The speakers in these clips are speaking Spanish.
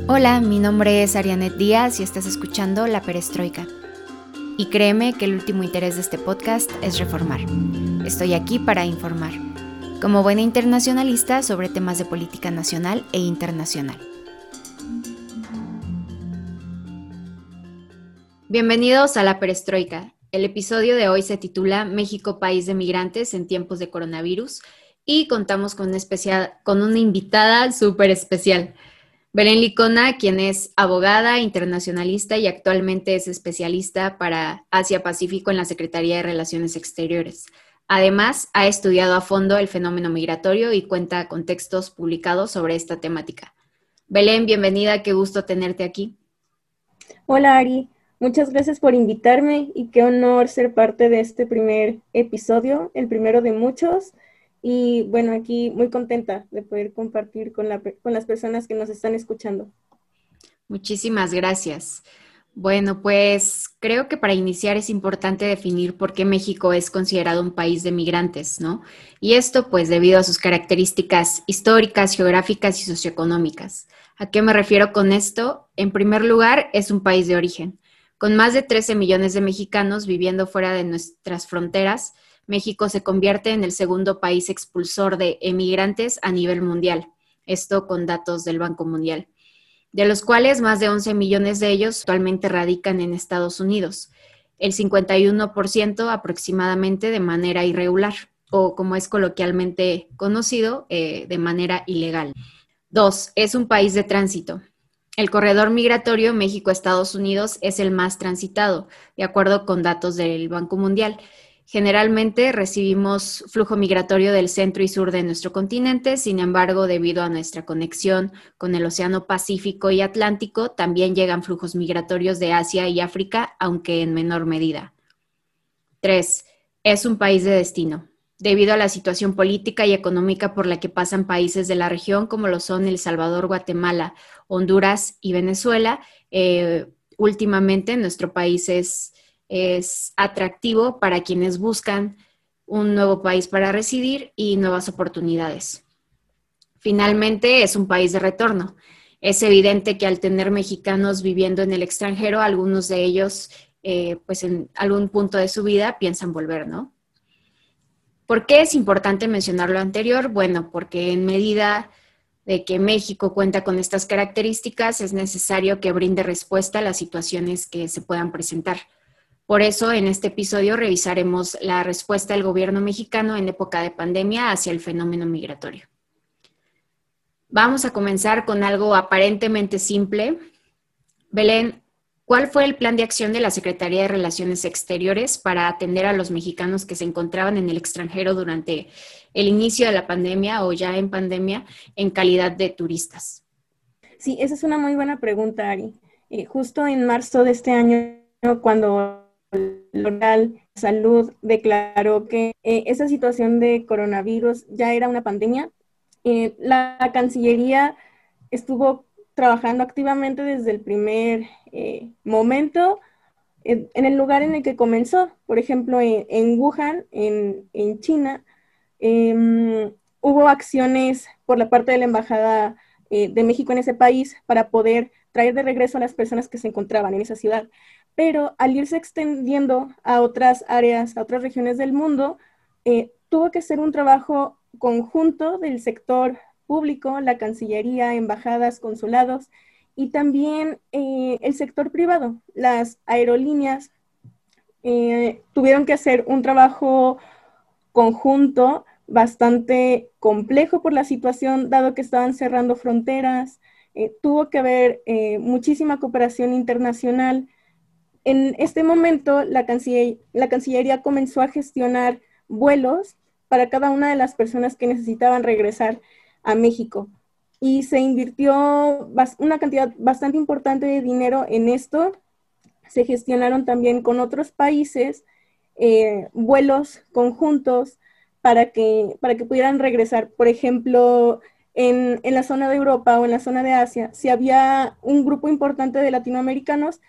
Hola, mi nombre es Arianet Díaz y estás escuchando La Perestroika. Y créeme que el último interés de este podcast es reformar. Estoy aquí para informar, como buena internacionalista sobre temas de política nacional e internacional. Bienvenidos a La Perestroika. El episodio de hoy se titula México, país de migrantes en tiempos de coronavirus y contamos con una invitada súper especial. Belén Licona, quien es abogada, internacionalista y actualmente es especialista para Asia-Pacífico en la Secretaría de Relaciones Exteriores. Además, ha estudiado a fondo el fenómeno migratorio y cuenta con textos publicados sobre esta temática. Belén, bienvenida, qué gusto tenerte aquí. Hola Ari, muchas gracias por invitarme y qué honor ser parte de este primer episodio, el primero de muchos. Y bueno, aquí muy contenta de poder compartir con las personas que nos están escuchando. Muchísimas gracias. Bueno, pues creo que para iniciar es importante definir por qué México es considerado un país de migrantes, ¿no? Y esto pues debido a sus características históricas, geográficas y socioeconómicas. ¿A qué me refiero con esto? En primer lugar, es un país de origen. Con más de 13 millones de mexicanos viviendo fuera de nuestras fronteras, México se convierte en el segundo país expulsor de emigrantes a nivel mundial. Esto con datos del Banco Mundial, de los cuales más de 11 millones de ellos actualmente radican en Estados Unidos, el 51% aproximadamente de manera irregular, o como es coloquialmente conocido, de manera ilegal. Dos, es un país de tránsito. El corredor migratorio México-Estados Unidos es el más transitado, de acuerdo con datos del Banco Mundial. Generalmente recibimos flujo migratorio del centro y sur de nuestro continente, sin embargo, debido a nuestra conexión con el Océano Pacífico y Atlántico, también llegan flujos migratorios de Asia y África, aunque en menor medida. 3. Es un país de destino. Debido a la situación política y económica por la que pasan países de la región, como lo son El Salvador, Guatemala, Honduras y Venezuela, últimamente nuestro país es atractivo para quienes buscan un nuevo país para residir y nuevas oportunidades. Finalmente, es un país de retorno. Es evidente que al tener mexicanos viviendo en el extranjero, algunos de ellos, pues en algún punto de su vida piensan volver, ¿no? ¿Por qué es importante mencionar lo anterior? Bueno, porque en medida de que México cuenta con estas características, es necesario que brinde respuesta a las situaciones que se puedan presentar. Por eso, en este episodio revisaremos la respuesta del gobierno mexicano en época de pandemia hacia el fenómeno migratorio. Vamos a comenzar con algo aparentemente simple. Belén, ¿cuál fue el plan de acción de la Secretaría de Relaciones Exteriores para atender a los mexicanos que se encontraban en el extranjero durante el inicio de la pandemia o ya en pandemia en calidad de turistas? Sí, esa es una muy buena pregunta, Ari. Justo en marzo de este año, cuando Loral Salud declaró que esa situación de coronavirus ya era una pandemia, la Cancillería estuvo trabajando activamente desde el primer momento en el lugar en el que comenzó. Por ejemplo, en Wuhan, en China, hubo acciones por la parte de la Embajada de México en ese país para poder traer de regreso a las personas que se encontraban en esa ciudad. Pero al irse extendiendo a otras áreas, a otras regiones del mundo, tuvo que ser un trabajo conjunto del sector público, la Cancillería, embajadas, consulados y también el sector privado. Las aerolíneas tuvieron que hacer un trabajo conjunto bastante complejo por la situación, dado que estaban cerrando fronteras. Tuvo que haber muchísima cooperación internacional. En este momento, la Cancillería comenzó a gestionar vuelos para cada una de las personas que necesitaban regresar a México. Y se invirtió una cantidad bastante importante de dinero en esto. Se gestionaron también con otros países vuelos conjuntos para que pudieran regresar. Por ejemplo, en la zona de Europa o en la zona de Asia, si había un grupo importante de latinoamericanos,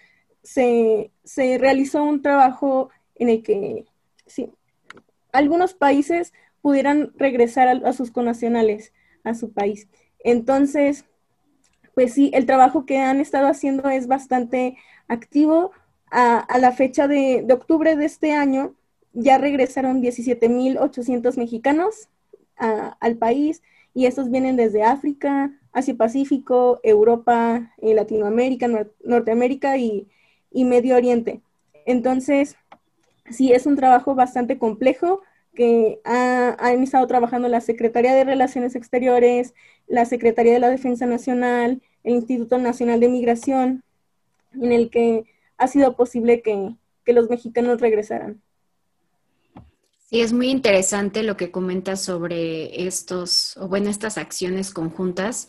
se realizó un trabajo en el que sí, algunos países pudieran regresar a sus connacionales a su país. Entonces, Pues sí, el trabajo que han estado haciendo es bastante activo. A la fecha de octubre de este año ya regresaron 17.800 mexicanos al país, y estos vienen desde África, Asia Pacífico, Europa, Latinoamérica, Norteamérica y Medio Oriente. Entonces, sí, es un trabajo bastante complejo que han estado trabajando la Secretaría de Relaciones Exteriores, la Secretaría de la Defensa Nacional, el Instituto Nacional de Migración, en el que ha sido posible que los mexicanos regresaran. Sí, es muy interesante lo que comentas sobre estas acciones conjuntas,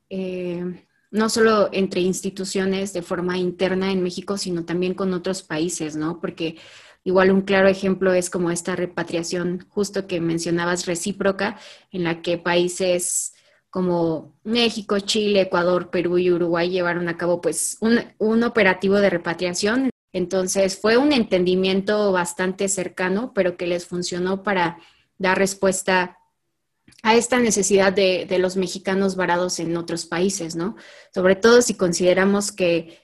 no solo entre instituciones de forma interna en México, sino también con otros países, ¿no? Porque igual un claro ejemplo es como esta repatriación justo que mencionabas recíproca, en la que países como México, Chile, Ecuador, Perú y Uruguay llevaron a cabo pues un operativo de repatriación. Entonces fue un entendimiento bastante cercano, pero que les funcionó para dar respuesta a esta necesidad de los mexicanos varados en otros países, ¿no? Sobre todo si consideramos que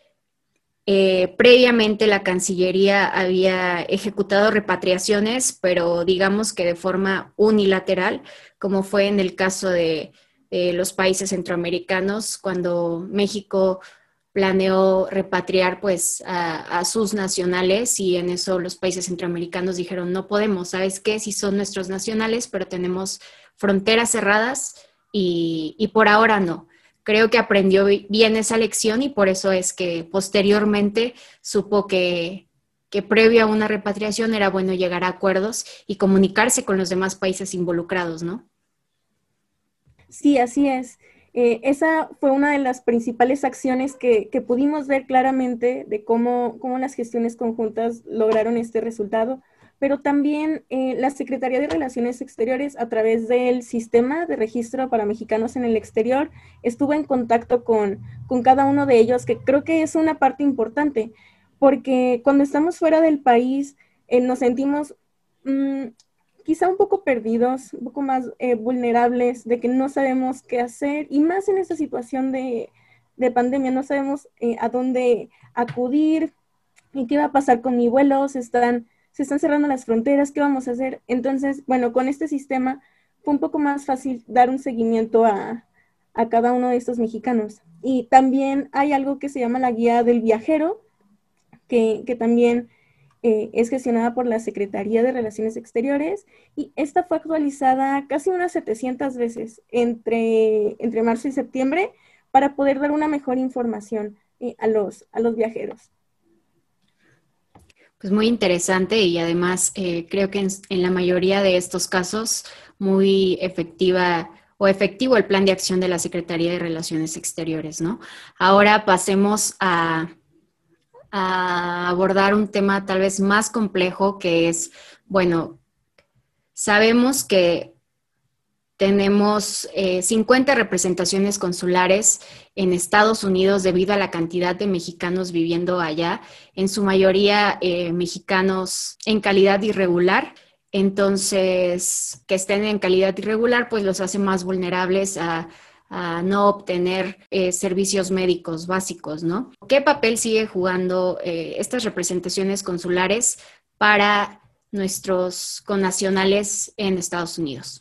previamente la Cancillería había ejecutado repatriaciones, pero digamos que de forma unilateral, como fue en el caso de los países centroamericanos, cuando México planeó repatriar pues a sus nacionales, y en eso los países centroamericanos dijeron, no podemos, ¿sabes qué? Si son nuestros nacionales, pero tenemos fronteras cerradas y por ahora no. Creo que aprendió bien esa lección, y por eso es que posteriormente supo que previo a una repatriación era bueno llegar a acuerdos y comunicarse con los demás países involucrados, ¿no? Sí, así es. Esa fue una de las principales acciones que pudimos ver claramente de cómo las gestiones conjuntas lograron este resultado, pero también la Secretaría de Relaciones Exteriores, a través del sistema de registro para mexicanos en el exterior, estuvo en contacto con cada uno de ellos, que creo que es una parte importante, porque cuando estamos fuera del país nos sentimos quizá un poco perdidos, un poco más vulnerables, de que no sabemos qué hacer, y más en esta situación de pandemia, no sabemos a dónde acudir y qué va a pasar con mi vuelo, se están cerrando las fronteras, ¿qué vamos a hacer? Entonces, bueno, con este sistema fue un poco más fácil dar un seguimiento a cada uno de estos mexicanos. Y también hay algo que se llama la guía del viajero, que también es gestionada por la Secretaría de Relaciones Exteriores, y esta fue actualizada casi unas 700 veces entre marzo y septiembre para poder dar una mejor información a los viajeros. Pues muy interesante, y además creo que en la mayoría de estos casos muy efectiva o efectivo el plan de acción de la Secretaría de Relaciones Exteriores, ¿no? Ahora pasemos a abordar un tema tal vez más complejo, que es, bueno, sabemos que tenemos 50 representaciones consulares en Estados Unidos debido a la cantidad de mexicanos viviendo allá, en su mayoría mexicanos en calidad irregular. Entonces, que estén en calidad irregular, pues los hace más vulnerables a no obtener servicios médicos básicos, ¿no? ¿Qué papel sigue jugando estas representaciones consulares para nuestros connacionales en Estados Unidos?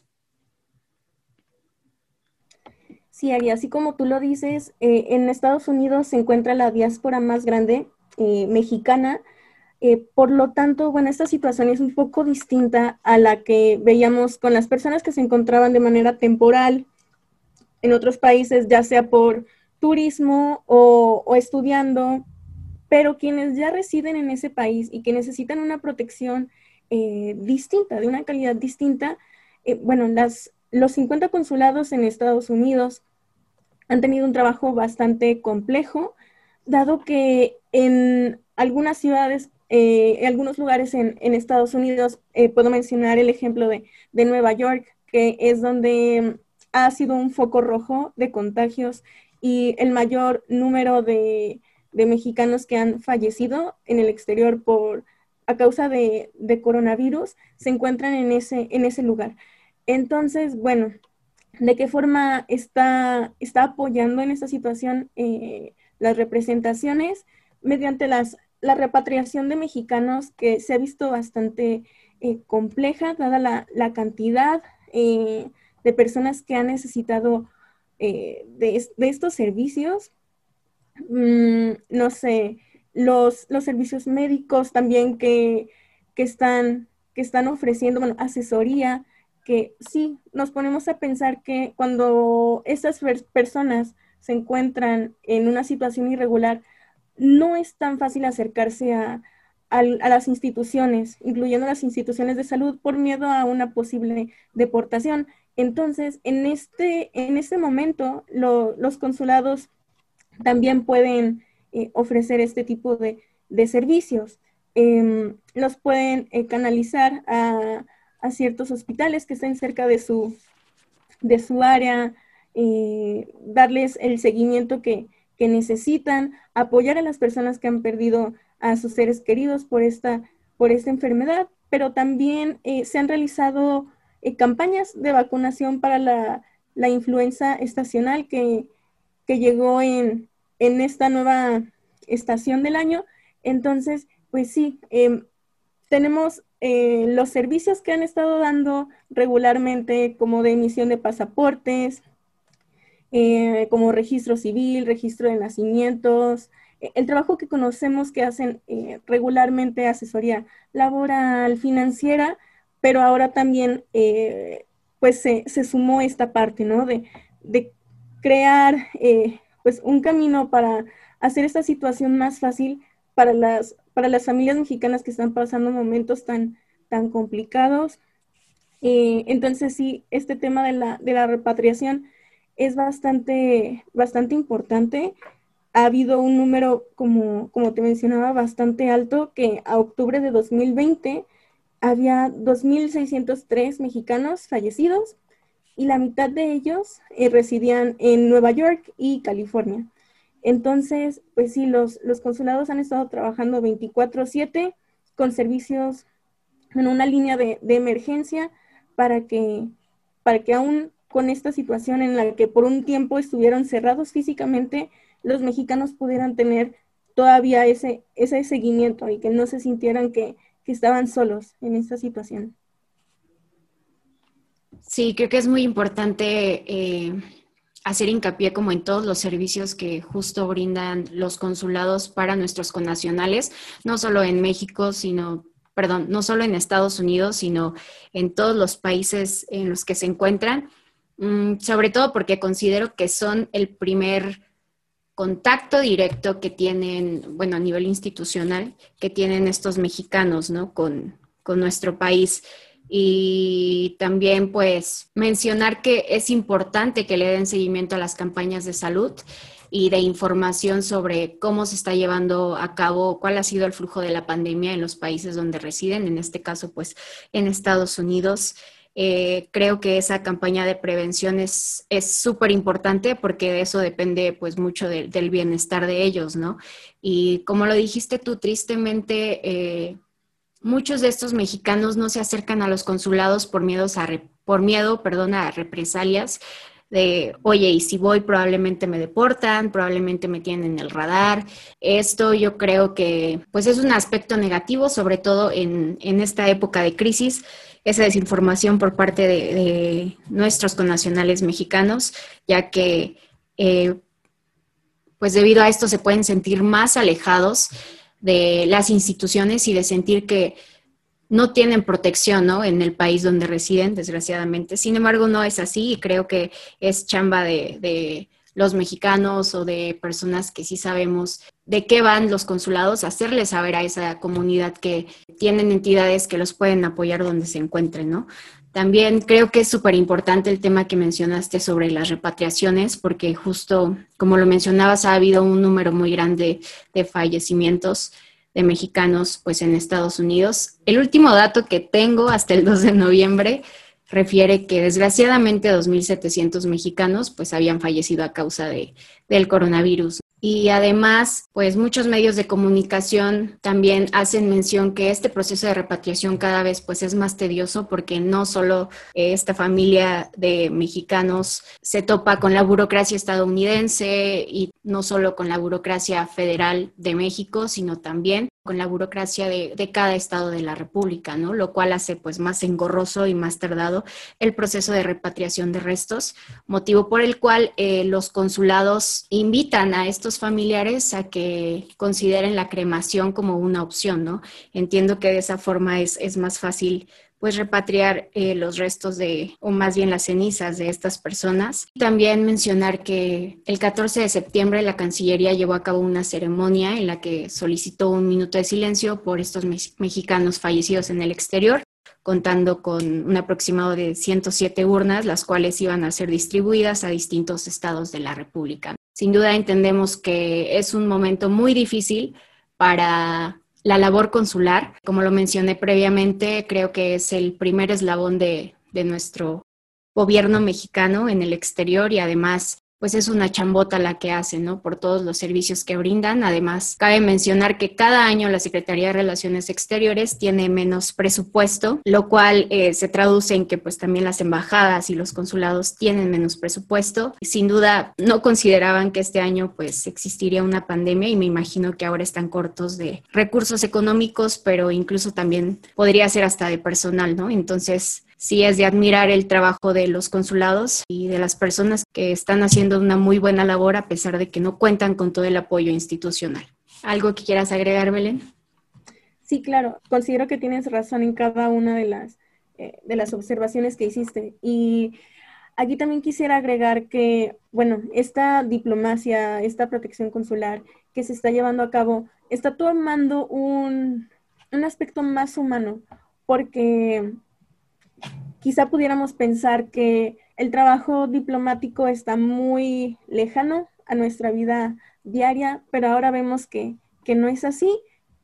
Sí, Ari, así como tú lo dices, en Estados Unidos se encuentra la diáspora más grande mexicana. Por lo tanto, bueno, esta situación es un poco distinta a la que veíamos con las personas que se encontraban de manera temporal en otros países, ya sea por turismo o estudiando, pero quienes ya residen en ese país y que necesitan una protección distinta, de una calidad distinta, bueno, los 50 consulados en Estados Unidos han tenido un trabajo bastante complejo, dado que en algunas ciudades, en algunos lugares en Estados Unidos, puedo mencionar el ejemplo de Nueva York, que es donde ha sido un foco rojo de contagios y el mayor número de mexicanos que han fallecido en el exterior a causa de coronavirus se encuentran en ese lugar. Entonces, bueno, de qué forma está apoyando en esta situación las representaciones mediante la repatriación de mexicanos, que se ha visto bastante compleja, dada la cantidad de personas que han necesitado de estos servicios. No sé, los servicios médicos también que están ofreciendo, bueno, asesoría, que sí, nos ponemos a pensar que cuando estas personas se encuentran en una situación irregular, no es tan fácil acercarse a las instituciones, incluyendo las instituciones de salud, por miedo a una posible deportación. Entonces, en este momento, los consulados también pueden ofrecer este tipo de servicios. Los pueden canalizar a ciertos hospitales que estén cerca de su área, darles el seguimiento que necesitan, apoyar a las personas que han perdido a sus seres queridos por esta enfermedad, pero también se han realizado campañas de vacunación para la influenza estacional que llegó en esta nueva estación del año. Entonces, pues sí, tenemos los servicios que han estado dando regularmente, como de emisión de pasaportes, como registro civil, registro de nacimientos, el trabajo que conocemos que hacen regularmente, asesoría laboral, financiera, pero ahora también pues se sumó esta parte, ¿no? De crear pues un camino para hacer esta situación más fácil para las familias mexicanas que están pasando momentos tan complicados. Entonces sí, este tema de la repatriación es bastante importante. Ha habido un número, como te mencionaba, bastante alto, que a octubre de 2020 había 2.603 mexicanos fallecidos y la mitad de ellos residían en Nueva York y California. Entonces, pues sí, los consulados han estado trabajando 24/7 con servicios en una línea de emergencia para que aún con esta situación en la que por un tiempo estuvieron cerrados físicamente, los mexicanos pudieran tener todavía ese seguimiento y que no se sintieran que estaban solos en esta situación. Sí, creo que es muy importante hacer hincapié como en todos los servicios que justo brindan los consulados para nuestros connacionales, no solo en México, no solo en Estados Unidos, sino en todos los países en los que se encuentran, sobre todo porque considero que son el primer contacto directo que tienen, bueno, a nivel institucional, que tienen estos mexicanos, ¿no? Con nuestro país. Y también, pues, mencionar que es importante que le den seguimiento a las campañas de salud y de información sobre cómo se está llevando a cabo, cuál ha sido el flujo de la pandemia en los países donde residen, en este caso, pues, en Estados Unidos. Creo que esa campaña de prevención es súper importante porque de eso depende pues mucho del bienestar de ellos, ¿no? Y como lo dijiste tú, tristemente, muchos de estos mexicanos no se acercan a los consulados por miedo, a represalias de, oye, y si voy probablemente me deportan, probablemente me tienen en el radar. Esto yo creo que pues es un aspecto negativo, sobre todo en esta época de crisis, esa desinformación por parte de nuestros connacionales mexicanos, ya que pues debido a esto se pueden sentir más alejados de las instituciones y de sentir que no tienen protección, ¿no? En el país donde residen, desgraciadamente. Sin embargo, no es así y creo que es chamba de los mexicanos o de personas que sí sabemos de qué van los consulados, hacerles saber a esa comunidad que tienen entidades que los pueden apoyar donde se encuentren, ¿no? También creo que es súper importante el tema que mencionaste sobre las repatriaciones, porque justo como lo mencionabas, ha habido un número muy grande de fallecimientos de mexicanos pues en Estados Unidos. El último dato que tengo hasta el 2 de noviembre refiere que desgraciadamente 2.700 mexicanos pues habían fallecido a causa del coronavirus. Y además, pues muchos medios de comunicación también hacen mención que este proceso de repatriación cada vez pues es más tedioso porque no solo esta familia de mexicanos se topa con la burocracia estadounidense y no solo con la burocracia federal de México, sino también con la burocracia de cada estado de la República, ¿no? Lo cual hace pues más engorroso y más tardado el proceso de repatriación de restos, motivo por el cual los consulados invitan a estos familiares a que consideren la cremación como una opción, ¿no? Entiendo que de esa forma es más fácil pues repatriar los restos o más bien las cenizas de estas personas. También mencionar que el 14 de septiembre la Cancillería llevó a cabo una ceremonia en la que solicitó un minuto de silencio por estos mexicanos fallecidos en el exterior, contando con un aproximado de 107 urnas, las cuales iban a ser distribuidas a distintos estados de la República. Sin duda entendemos que es un momento muy difícil para la labor consular. Como lo mencioné previamente, creo que es el primer eslabón de nuestro gobierno mexicano en el exterior y además pues es una chambota la que hacen, ¿no? Por todos los servicios que brindan. Además, cabe mencionar que cada año la Secretaría de Relaciones Exteriores tiene menos presupuesto, lo cual se traduce en que pues también las embajadas y los consulados tienen menos presupuesto. Sin duda, no consideraban que este año pues existiría una pandemia y me imagino que ahora están cortos de recursos económicos, pero incluso también podría ser hasta de personal, ¿no? Entonces, sí es de admirar el trabajo de los consulados y de las personas que están haciendo una muy buena labor a pesar de que no cuentan con todo el apoyo institucional. ¿Algo que quieras agregar, Belén? Sí, claro. Considero que tienes razón en cada una de las observaciones que hiciste. Y aquí también quisiera agregar que, bueno, esta diplomacia, esta protección consular que se está llevando a cabo, está tomando un aspecto más humano, porque quizá pudiéramos pensar que el trabajo diplomático está muy lejano a nuestra vida diaria, pero ahora vemos que no es así,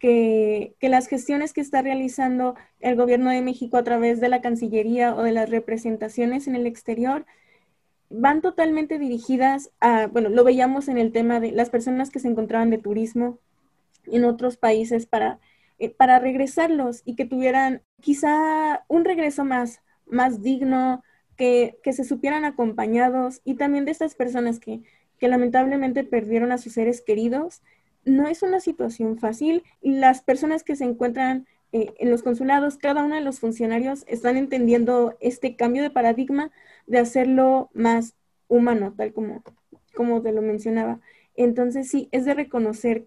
que las gestiones que está realizando el gobierno de México a través de la Cancillería o de las representaciones en el exterior van totalmente dirigidas a, bueno, lo veíamos en el tema de las personas que se encontraban de turismo en otros países para regresarlos y que tuvieran quizá un regreso más digno, que se supieran acompañados y también de estas personas que lamentablemente perdieron a sus seres queridos. No es una situación fácil y las personas que se encuentran en los consulados, cada uno de los funcionarios están entendiendo este cambio de paradigma de hacerlo más humano, tal como te lo mencionaba. Entonces sí, es de reconocer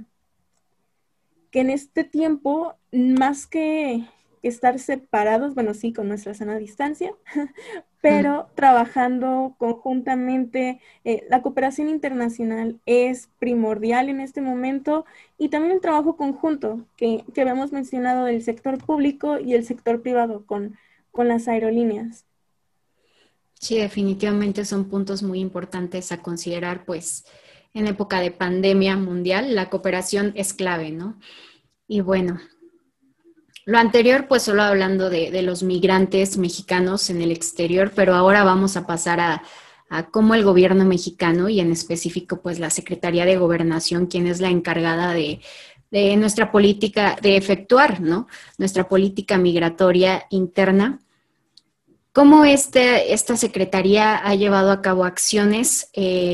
que en este tiempo, más que estar separados, bueno, sí, con nuestra sana distancia, pero trabajando conjuntamente, la cooperación internacional es primordial en este momento y también el trabajo conjunto que habíamos mencionado del sector público y el sector privado con las aerolíneas. Sí, definitivamente son puntos muy importantes a considerar, pues en época de pandemia mundial, la cooperación es clave, ¿no? Y bueno, lo anterior, pues solo hablando de los migrantes mexicanos en el exterior, pero ahora vamos a pasar a cómo el gobierno mexicano y en específico, pues la Secretaría de Gobernación, quien es la encargada de nuestra política, de efectuar, ¿no? Nuestra política migratoria interna. ¿Cómo esta secretaría ha llevado a cabo acciones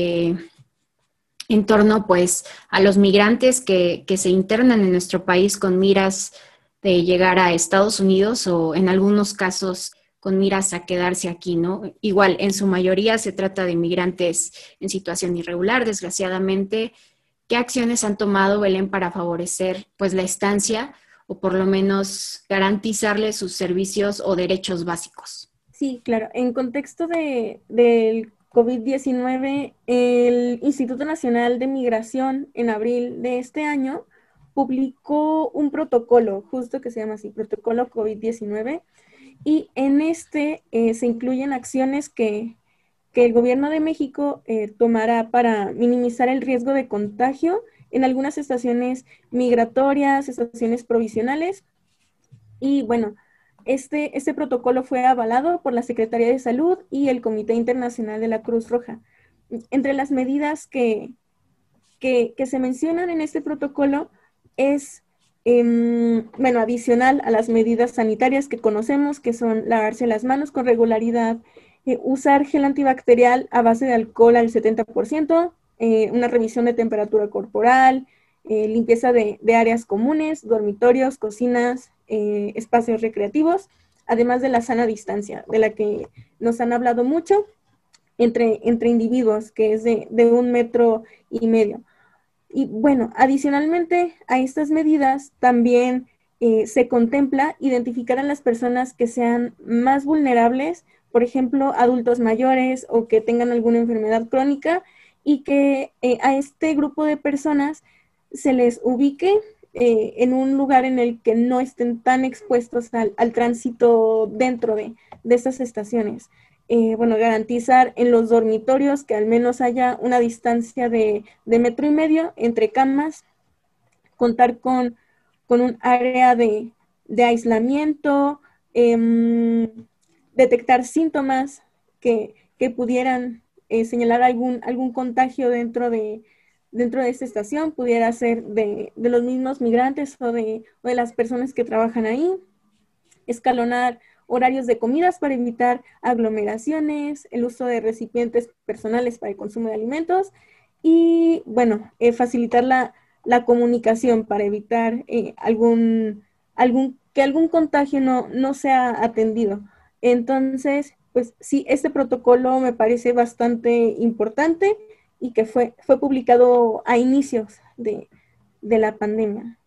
en torno pues a los migrantes que se internan en nuestro país con miras de llegar a Estados Unidos o en algunos casos con miras a quedarse aquí, ¿no? Igual, en su mayoría se trata de migrantes en situación irregular, desgraciadamente. ¿Qué acciones han tomado, Belén, para favorecer pues la estancia o por lo menos garantizarles sus servicios o derechos básicos? Sí, claro. En contexto del COVID-19, el Instituto Nacional de Migración en abril de este año publicó un protocolo, justo que se llama así, Protocolo COVID-19, y en este se incluyen acciones que el gobierno de México tomará para minimizar el riesgo de contagio en algunas estaciones migratorias, estaciones provisionales y bueno, este protocolo fue avalado por la Secretaría de Salud y el Comité Internacional de la Cruz Roja. Entre las medidas que se mencionan en este protocolo es, bueno, adicional a las medidas sanitarias que conocemos, que son lavarse las manos con regularidad, usar gel antibacterial a base de alcohol al 70%, una revisión de temperatura corporal, limpieza de áreas comunes, dormitorios, cocinas, espacios recreativos, además de la sana distancia, de la que nos han hablado mucho entre individuos, que es de 1,5 metros. Y bueno, adicionalmente a estas medidas también se contempla identificar a las personas que sean más vulnerables, por ejemplo, adultos mayores o que tengan alguna enfermedad crónica, y que a este grupo de personas se les ubique en un lugar en el que no estén tan expuestos al tránsito dentro de estas estaciones. Bueno, garantizar en los dormitorios que al menos haya una distancia de 1,5 metros entre camas, contar con un área de aislamiento, detectar síntomas que pudieran señalar algún contagio dentro de esta estación, pudiera ser de los mismos migrantes o de las personas que trabajan ahí, escalonar horarios de comidas para evitar aglomeraciones, el uso de recipientes personales para el consumo de alimentos y, bueno, facilitar la comunicación para evitar que algún contagio no sea atendido. Entonces, pues sí, este protocolo me parece bastante importante y que fue publicado a inicios de la pandemia.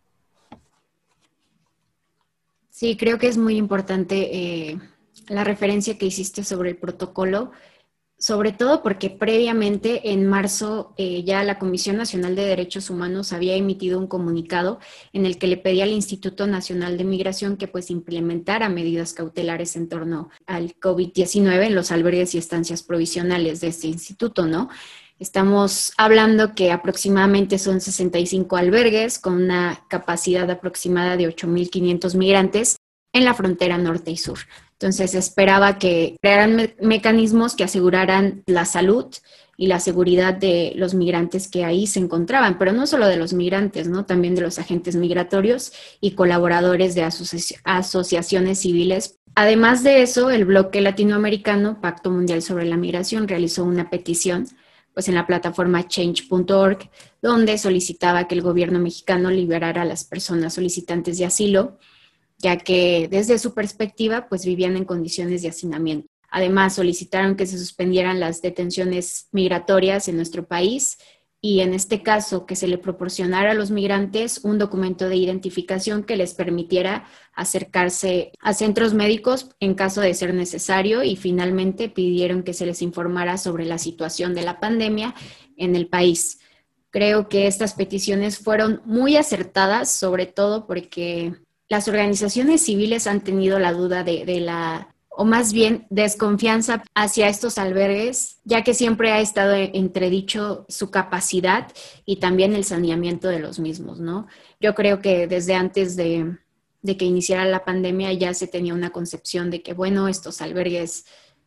Sí, creo que es muy importante la referencia que hiciste sobre el protocolo, sobre todo porque previamente en marzo ya la Comisión Nacional de Derechos Humanos había emitido un comunicado en el que le pedía al Instituto Nacional de Migración que pues implementara medidas cautelares en torno al COVID-19 en los albergues y estancias provisionales de este instituto, ¿no? Estamos hablando que aproximadamente son 65 albergues con una capacidad aproximada de 8,500 migrantes en la frontera norte y sur. Entonces esperaba que crearan mecanismos que aseguraran la salud y la seguridad de los migrantes que ahí se encontraban, pero no solo de los migrantes, ¿no? También de los agentes migratorios y colaboradores de asociaciones civiles. Además de eso, el bloque latinoamericano, Pacto Mundial sobre la Migración, realizó una petición pues en la plataforma change.org, donde solicitaba que el gobierno mexicano liberara a las personas solicitantes de asilo, ya que desde su perspectiva pues vivían en condiciones de hacinamiento. Además, solicitaron que se suspendieran las detenciones migratorias en nuestro país y en este caso que se le proporcionara a los migrantes un documento de identificación que les permitiera acercarse a centros médicos en caso de ser necesario, y finalmente pidieron que se les informara sobre la situación de la pandemia en el país. Creo que estas peticiones fueron muy acertadas, sobre todo porque las organizaciones civiles han tenido la duda de la, o más bien desconfianza hacia estos albergues, ya que siempre ha estado entredicho su capacidad y también el saneamiento de los mismos, ¿no? Yo creo que desde antes de que iniciara la pandemia ya se tenía una concepción de que, bueno, estos albergues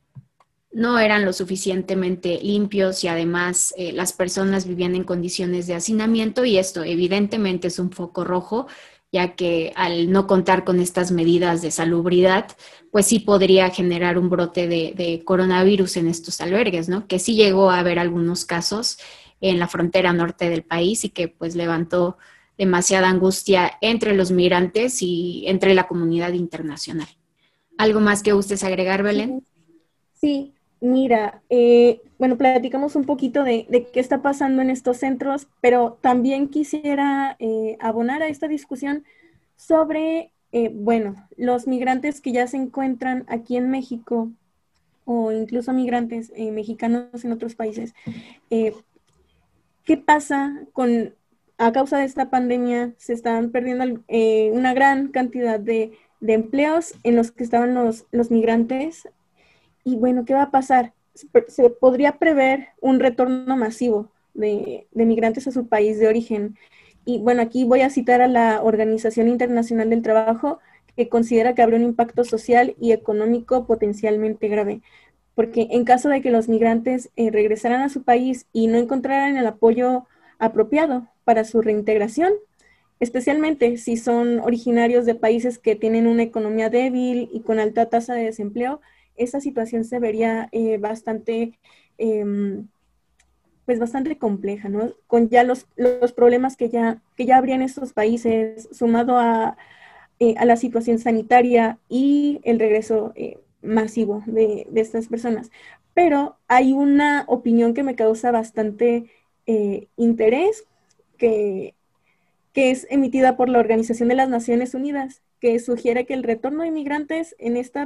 no eran lo suficientemente limpios y además las personas vivían en condiciones de hacinamiento, y esto evidentemente es un foco rojo, ya que al no contar con estas medidas de salubridad, pues sí podría generar un brote de coronavirus en estos albergues, ¿no? Que sí llegó a haber algunos casos en la frontera norte del país y que pues levantó demasiada angustia entre los migrantes y entre la comunidad internacional. ¿Algo más que gustes agregar, Belén? Sí, mira, bueno, platicamos un poquito de qué está pasando en estos centros, pero también quisiera abonar a esta discusión sobre, bueno, los migrantes que ya se encuentran aquí en México o incluso migrantes mexicanos en otros países. ¿Qué pasa a causa de esta pandemia? Se están perdiendo una gran cantidad de empleos en los que estaban los migrantes. Y bueno, ¿qué va a pasar? Se podría prever un retorno masivo de migrantes a su país de origen. Y bueno, aquí voy a citar a la Organización Internacional del Trabajo, que considera que habrá un impacto social y económico potencialmente grave. Porque en caso de que los migrantes regresaran a su país y no encontraran el apoyo apropiado para su reintegración, especialmente si son originarios de países que tienen una economía débil y con alta tasa de desempleo. Esa situación se vería pues bastante compleja, ¿no? Con ya los problemas que ya habría en estos países, sumado a la situación sanitaria y el regreso masivo de estas personas. Pero hay una opinión que me causa bastante interés, que, que es emitida por la Organización de las Naciones Unidas, que sugiere que el retorno de inmigrantes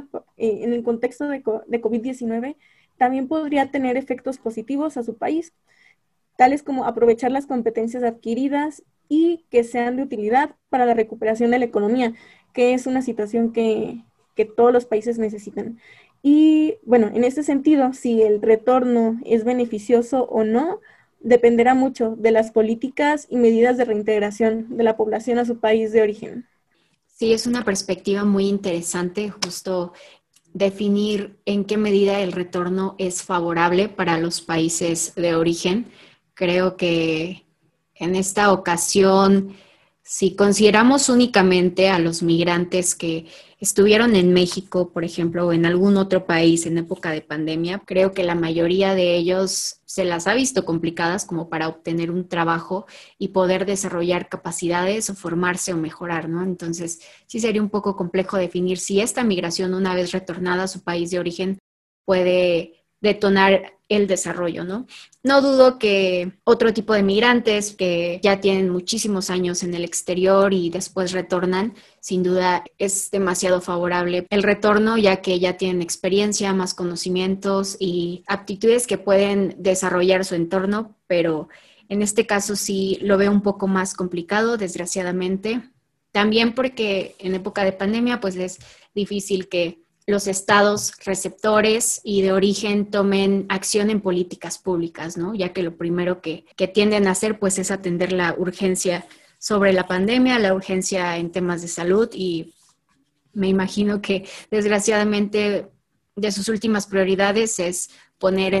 en el contexto de COVID-19 también podría tener efectos positivos a su país, tales como aprovechar las competencias adquiridas y que sean de utilidad para la recuperación de la economía, que es una situación que todos los países necesitan. Y bueno, en este sentido, si el retorno es beneficioso o no, dependerá mucho de las políticas y medidas de reintegración de la población a su país de origen. Sí, es una perspectiva muy interesante, justo definir en qué medida el retorno es favorable para los países de origen. Creo que en esta ocasión, si consideramos únicamente a los migrantes que estuvieron en México, por ejemplo, o en algún otro país en época de pandemia, creo que la mayoría de ellos se las ha visto complicadas como para obtener un trabajo y poder desarrollar capacidades o formarse o mejorar, ¿no? Entonces, sí sería un poco complejo definir si esta migración, una vez retornada a su país de origen, puede detonar el desarrollo, ¿no? No dudo que otro tipo de migrantes que ya tienen muchísimos años en el exterior y después retornan, sin duda es demasiado favorable el retorno, ya que ya tienen experiencia, más conocimientos y aptitudes que pueden desarrollar su entorno, pero en este caso sí lo veo un poco más complicado, desgraciadamente. También porque en época de pandemia, pues es difícil que los estados receptores y de origen tomen acción en políticas públicas, ¿no? Ya que lo primero que tienden a hacer, pues, es atender la urgencia sobre la pandemia, la urgencia en temas de salud, y me imagino que, desgraciadamente, de sus últimas prioridades es poner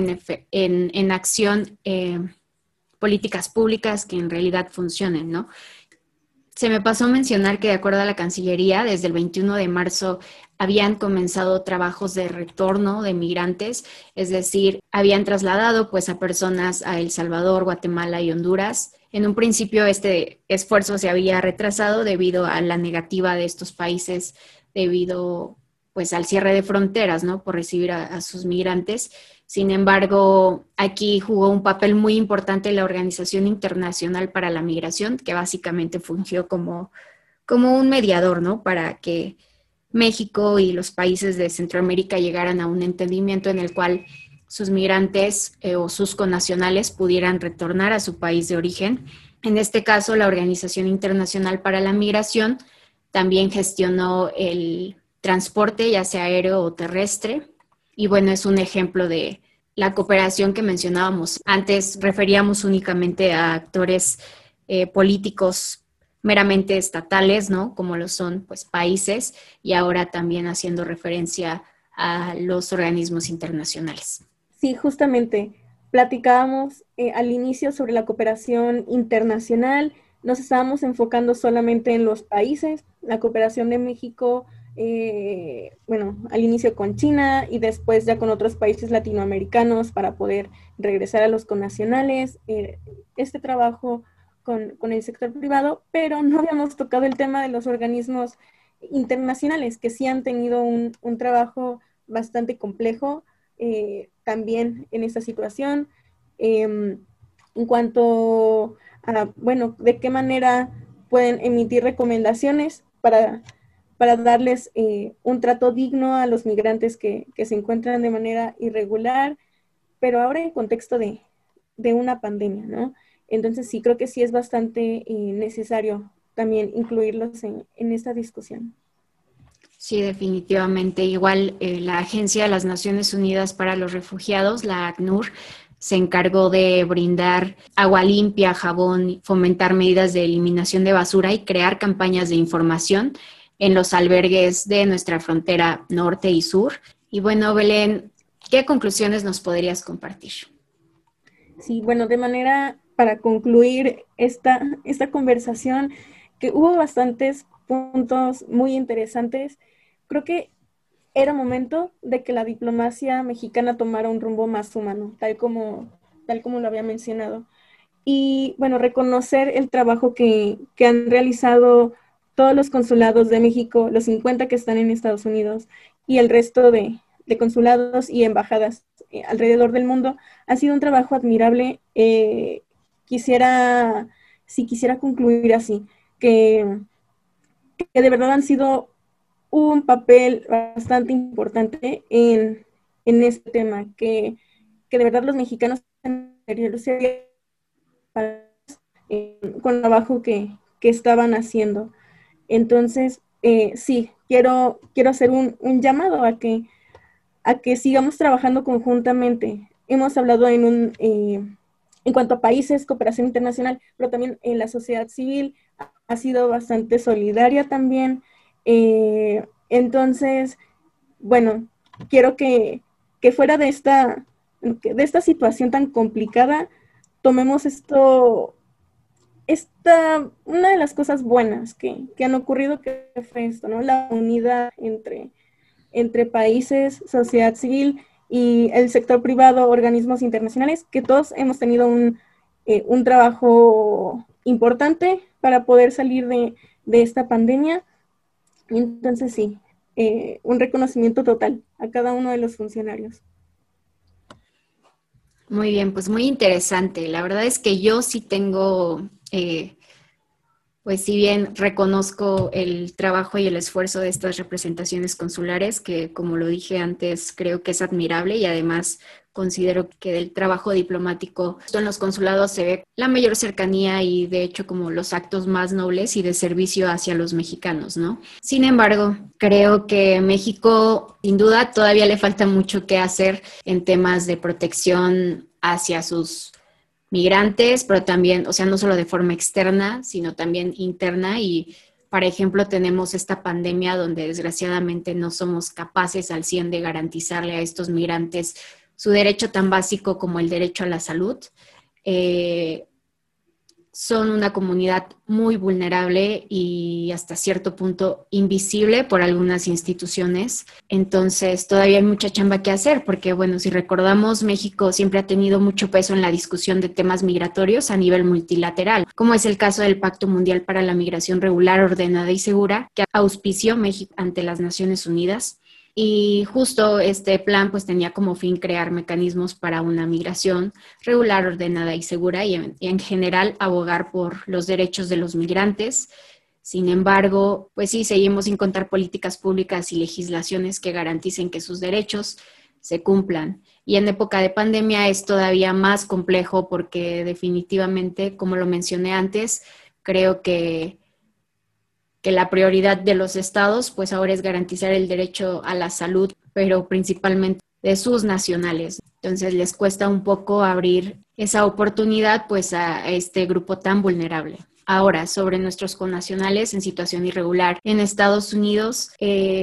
en acción políticas públicas que en realidad funcionen, ¿no? Se me pasó mencionar que, de acuerdo a la Cancillería, desde el 21 de marzo habían comenzado trabajos de retorno de migrantes, es decir, habían trasladado pues a personas a El Salvador, Guatemala y Honduras. En un principio este esfuerzo se había retrasado debido a la negativa de estos países, debido pues al cierre de fronteras, ¿no? Por recibir a sus migrantes. Sin embargo, aquí jugó un papel muy importante la Organización Internacional para la Migración, que básicamente fungió como un mediador, ¿no? Para que México y los países de Centroamérica llegaran a un entendimiento en el cual sus migrantes o sus connacionales pudieran retornar a su país de origen. En este caso, la Organización Internacional para la Migración también gestionó el transporte, ya sea aéreo o terrestre, y bueno, es un ejemplo de la cooperación que mencionábamos. Antes referíamos únicamente a actores políticos meramente estatales, ¿no? Como lo son, pues, países, y ahora también haciendo referencia a los organismos internacionales. Sí, justamente platicábamos al inicio sobre la cooperación internacional, nos estábamos enfocando solamente en los países, la cooperación de México, bueno, al inicio con China y después ya con otros países latinoamericanos para poder regresar a los connacionales, este trabajo con el sector privado, pero no habíamos tocado el tema de los organismos internacionales que sí han tenido un trabajo bastante complejo también en esta situación. En cuanto a, bueno, de qué manera pueden emitir recomendaciones para darles un trato digno a los migrantes que se encuentran de manera irregular, pero ahora en contexto de una pandemia, ¿no? Entonces sí, creo que sí es bastante necesario también incluirlos en esta discusión. Sí, definitivamente. Igual la Agencia de las Naciones Unidas para los Refugiados, la ACNUR, se encargó de brindar agua limpia, jabón, fomentar medidas de eliminación de basura y crear campañas de información en los albergues de nuestra frontera norte y sur. Y bueno, Belén, ¿qué conclusiones nos podrías compartir? Sí, bueno, de manera para concluir esta conversación, que hubo bastantes puntos muy interesantes. Creo que era momento de que la diplomacia mexicana tomara un rumbo más humano, tal como lo había mencionado. Y bueno, reconocer el trabajo que han realizado todos los consulados de México, los 50 que están en Estados Unidos y el resto de consulados y embajadas alrededor del mundo, ha sido un trabajo admirable. Quisiera concluir así, que de verdad han sido un papel bastante importante en este tema, que de verdad los mexicanos con el trabajo que estaban haciendo. Entonces, sí, quiero hacer un llamado a que sigamos trabajando conjuntamente. Hemos hablado en cuanto a países, cooperación internacional, pero también en la sociedad civil ha sido bastante solidaria también. Entonces, bueno, quiero que fuera de esta situación tan complicada, tomemos una de las cosas buenas que han ocurrido, que fue esto, ¿no? La unidad entre países, sociedad civil y el sector privado, organismos internacionales, que todos hemos tenido un trabajo importante para poder salir de esta pandemia. Entonces sí, un reconocimiento total a cada uno de los funcionarios. Muy bien, pues muy interesante. La verdad es que yo sí tengo, pues si bien reconozco el trabajo y el esfuerzo de estas representaciones consulares, que como lo dije antes, creo que es admirable y además considero que del trabajo diplomático en los consulados se ve la mayor cercanía y de hecho como los actos más nobles y de servicio hacia los mexicanos, ¿no? Sin embargo, creo que México sin duda todavía le falta mucho que hacer en temas de protección hacia sus migrantes, pero también, o sea, no solo de forma externa, sino también interna y por ejemplo, tenemos esta pandemia donde desgraciadamente no somos capaces al 100 de garantizarle a estos migrantes su derecho tan básico como el derecho a la salud. Son una comunidad muy vulnerable y hasta cierto punto invisible por algunas instituciones. Entonces, todavía hay mucha chamba que hacer porque, bueno, si recordamos, México siempre ha tenido mucho peso en la discusión de temas migratorios a nivel multilateral, como es el caso del Pacto Mundial para la Migración Regular, Ordenada y Segura, que auspició México ante las Naciones Unidas. Y justo este plan pues tenía como fin crear mecanismos para una migración regular, ordenada y segura y en general abogar por los derechos de los migrantes. Sin embargo, pues sí, seguimos sin contar políticas públicas y legislaciones que garanticen que sus derechos se cumplan. Y en época de pandemia es todavía más complejo porque definitivamente, como lo mencioné antes, creo que la prioridad de los estados pues ahora es garantizar el derecho a la salud, pero principalmente de sus nacionales. Entonces les cuesta un poco abrir esa oportunidad pues a este grupo tan vulnerable. Ahora, sobre nuestros connacionales en situación irregular en Estados Unidos,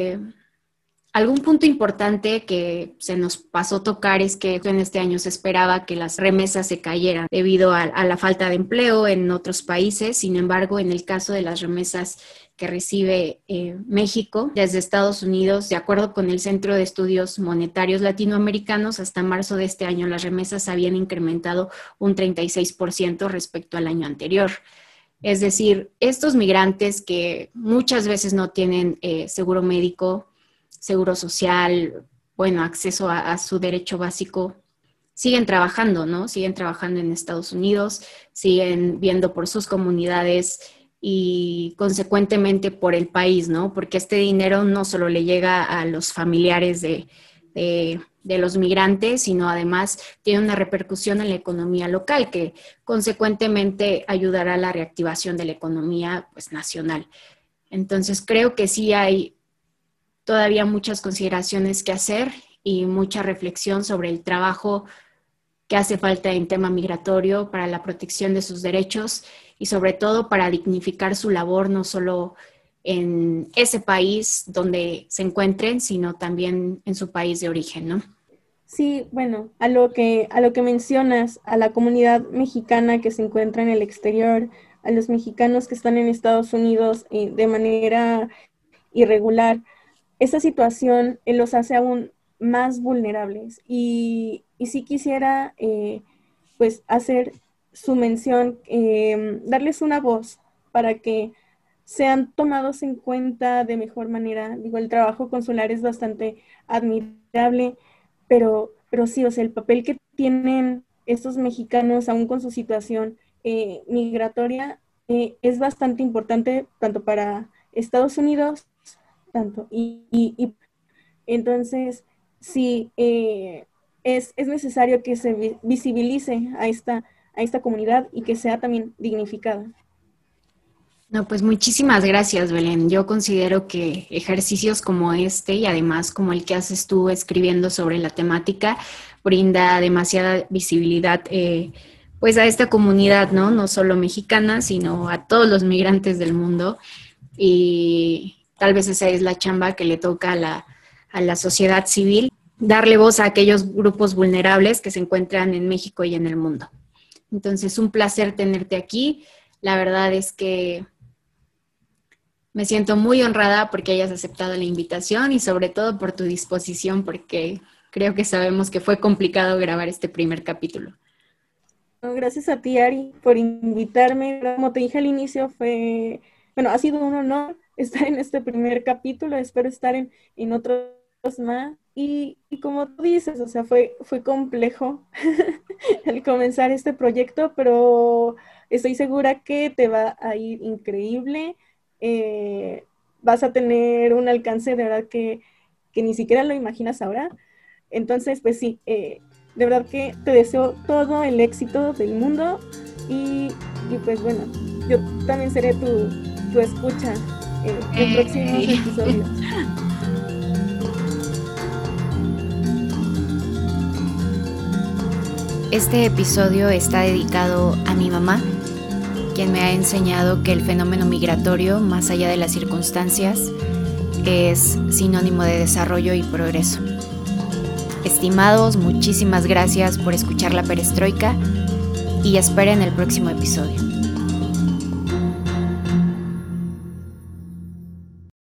algún punto importante que se nos pasó tocar es que en este año se esperaba que las remesas se cayeran debido a la falta de empleo en otros países. Sin embargo, en el caso de las remesas que recibe México desde Estados Unidos, de acuerdo con el Centro de Estudios Monetarios Latinoamericanos, hasta marzo de este año las remesas habían incrementado un 36% respecto al año anterior. Es decir, estos migrantes que muchas veces no tienen seguro médico, seguro social, bueno, acceso a su derecho básico, siguen trabajando, ¿no? Siguen trabajando en Estados Unidos, siguen viendo por sus comunidades y consecuentemente por el país, ¿no? Porque este dinero no solo le llega a los familiares de los migrantes, sino además tiene una repercusión en la economía local que consecuentemente ayudará a la reactivación de la economía pues, nacional. Entonces creo que sí hay todavía muchas consideraciones que hacer y mucha reflexión sobre el trabajo que hace falta en tema migratorio para la protección de sus derechos y sobre todo para dignificar su labor no solo en ese país donde se encuentren, sino también en su país de origen, ¿no? Sí, bueno, a lo que mencionas, a la comunidad mexicana que se encuentra en el exterior, a los mexicanos que están en Estados Unidos de manera irregular, esta situación los hace aún más vulnerables. Y sí quisiera pues hacer su mención, darles una voz para que sean tomados en cuenta de mejor manera. Digo, el trabajo consular es bastante admirable, pero sí, o sea, el papel que tienen estos mexicanos aún con su situación migratoria es bastante importante tanto para Estados Unidos, tanto, y entonces sí, es necesario que se visibilice a esta comunidad y que sea también dignificada. No, pues muchísimas gracias, Belén. Yo considero que ejercicios como este y además como el que haces tú escribiendo sobre la temática brinda demasiada visibilidad pues a esta comunidad, ¿no? No solo mexicana, sino a todos los migrantes del mundo. Y tal vez esa es la chamba que le toca a la sociedad civil, darle voz a aquellos grupos vulnerables que se encuentran en México y en el mundo. Entonces, un placer tenerte aquí. La verdad es que me siento muy honrada porque hayas aceptado la invitación y sobre todo por tu disposición, porque creo que sabemos que fue complicado grabar este primer capítulo. No, gracias a ti, Ari, por invitarme. Como te dije al inicio, bueno, ha sido un honor estar en este primer capítulo. Espero estar en otros más. Y como tú dices, o sea, fue complejo el comenzar este proyecto, pero estoy segura que te va a ir increíble. Vas a tener un alcance de verdad que ni siquiera lo imaginas ahora. Entonces, pues sí, de verdad que te deseo todo el éxito del mundo y, y pues bueno, yo también seré tu escucha en próximos episodios. Este episodio está dedicado a mi mamá, quien me ha enseñado que el fenómeno migratorio, más allá de las circunstancias, es sinónimo de desarrollo y progreso. Estimados, muchísimas gracias por escuchar La Perestroika y esperen el próximo episodio.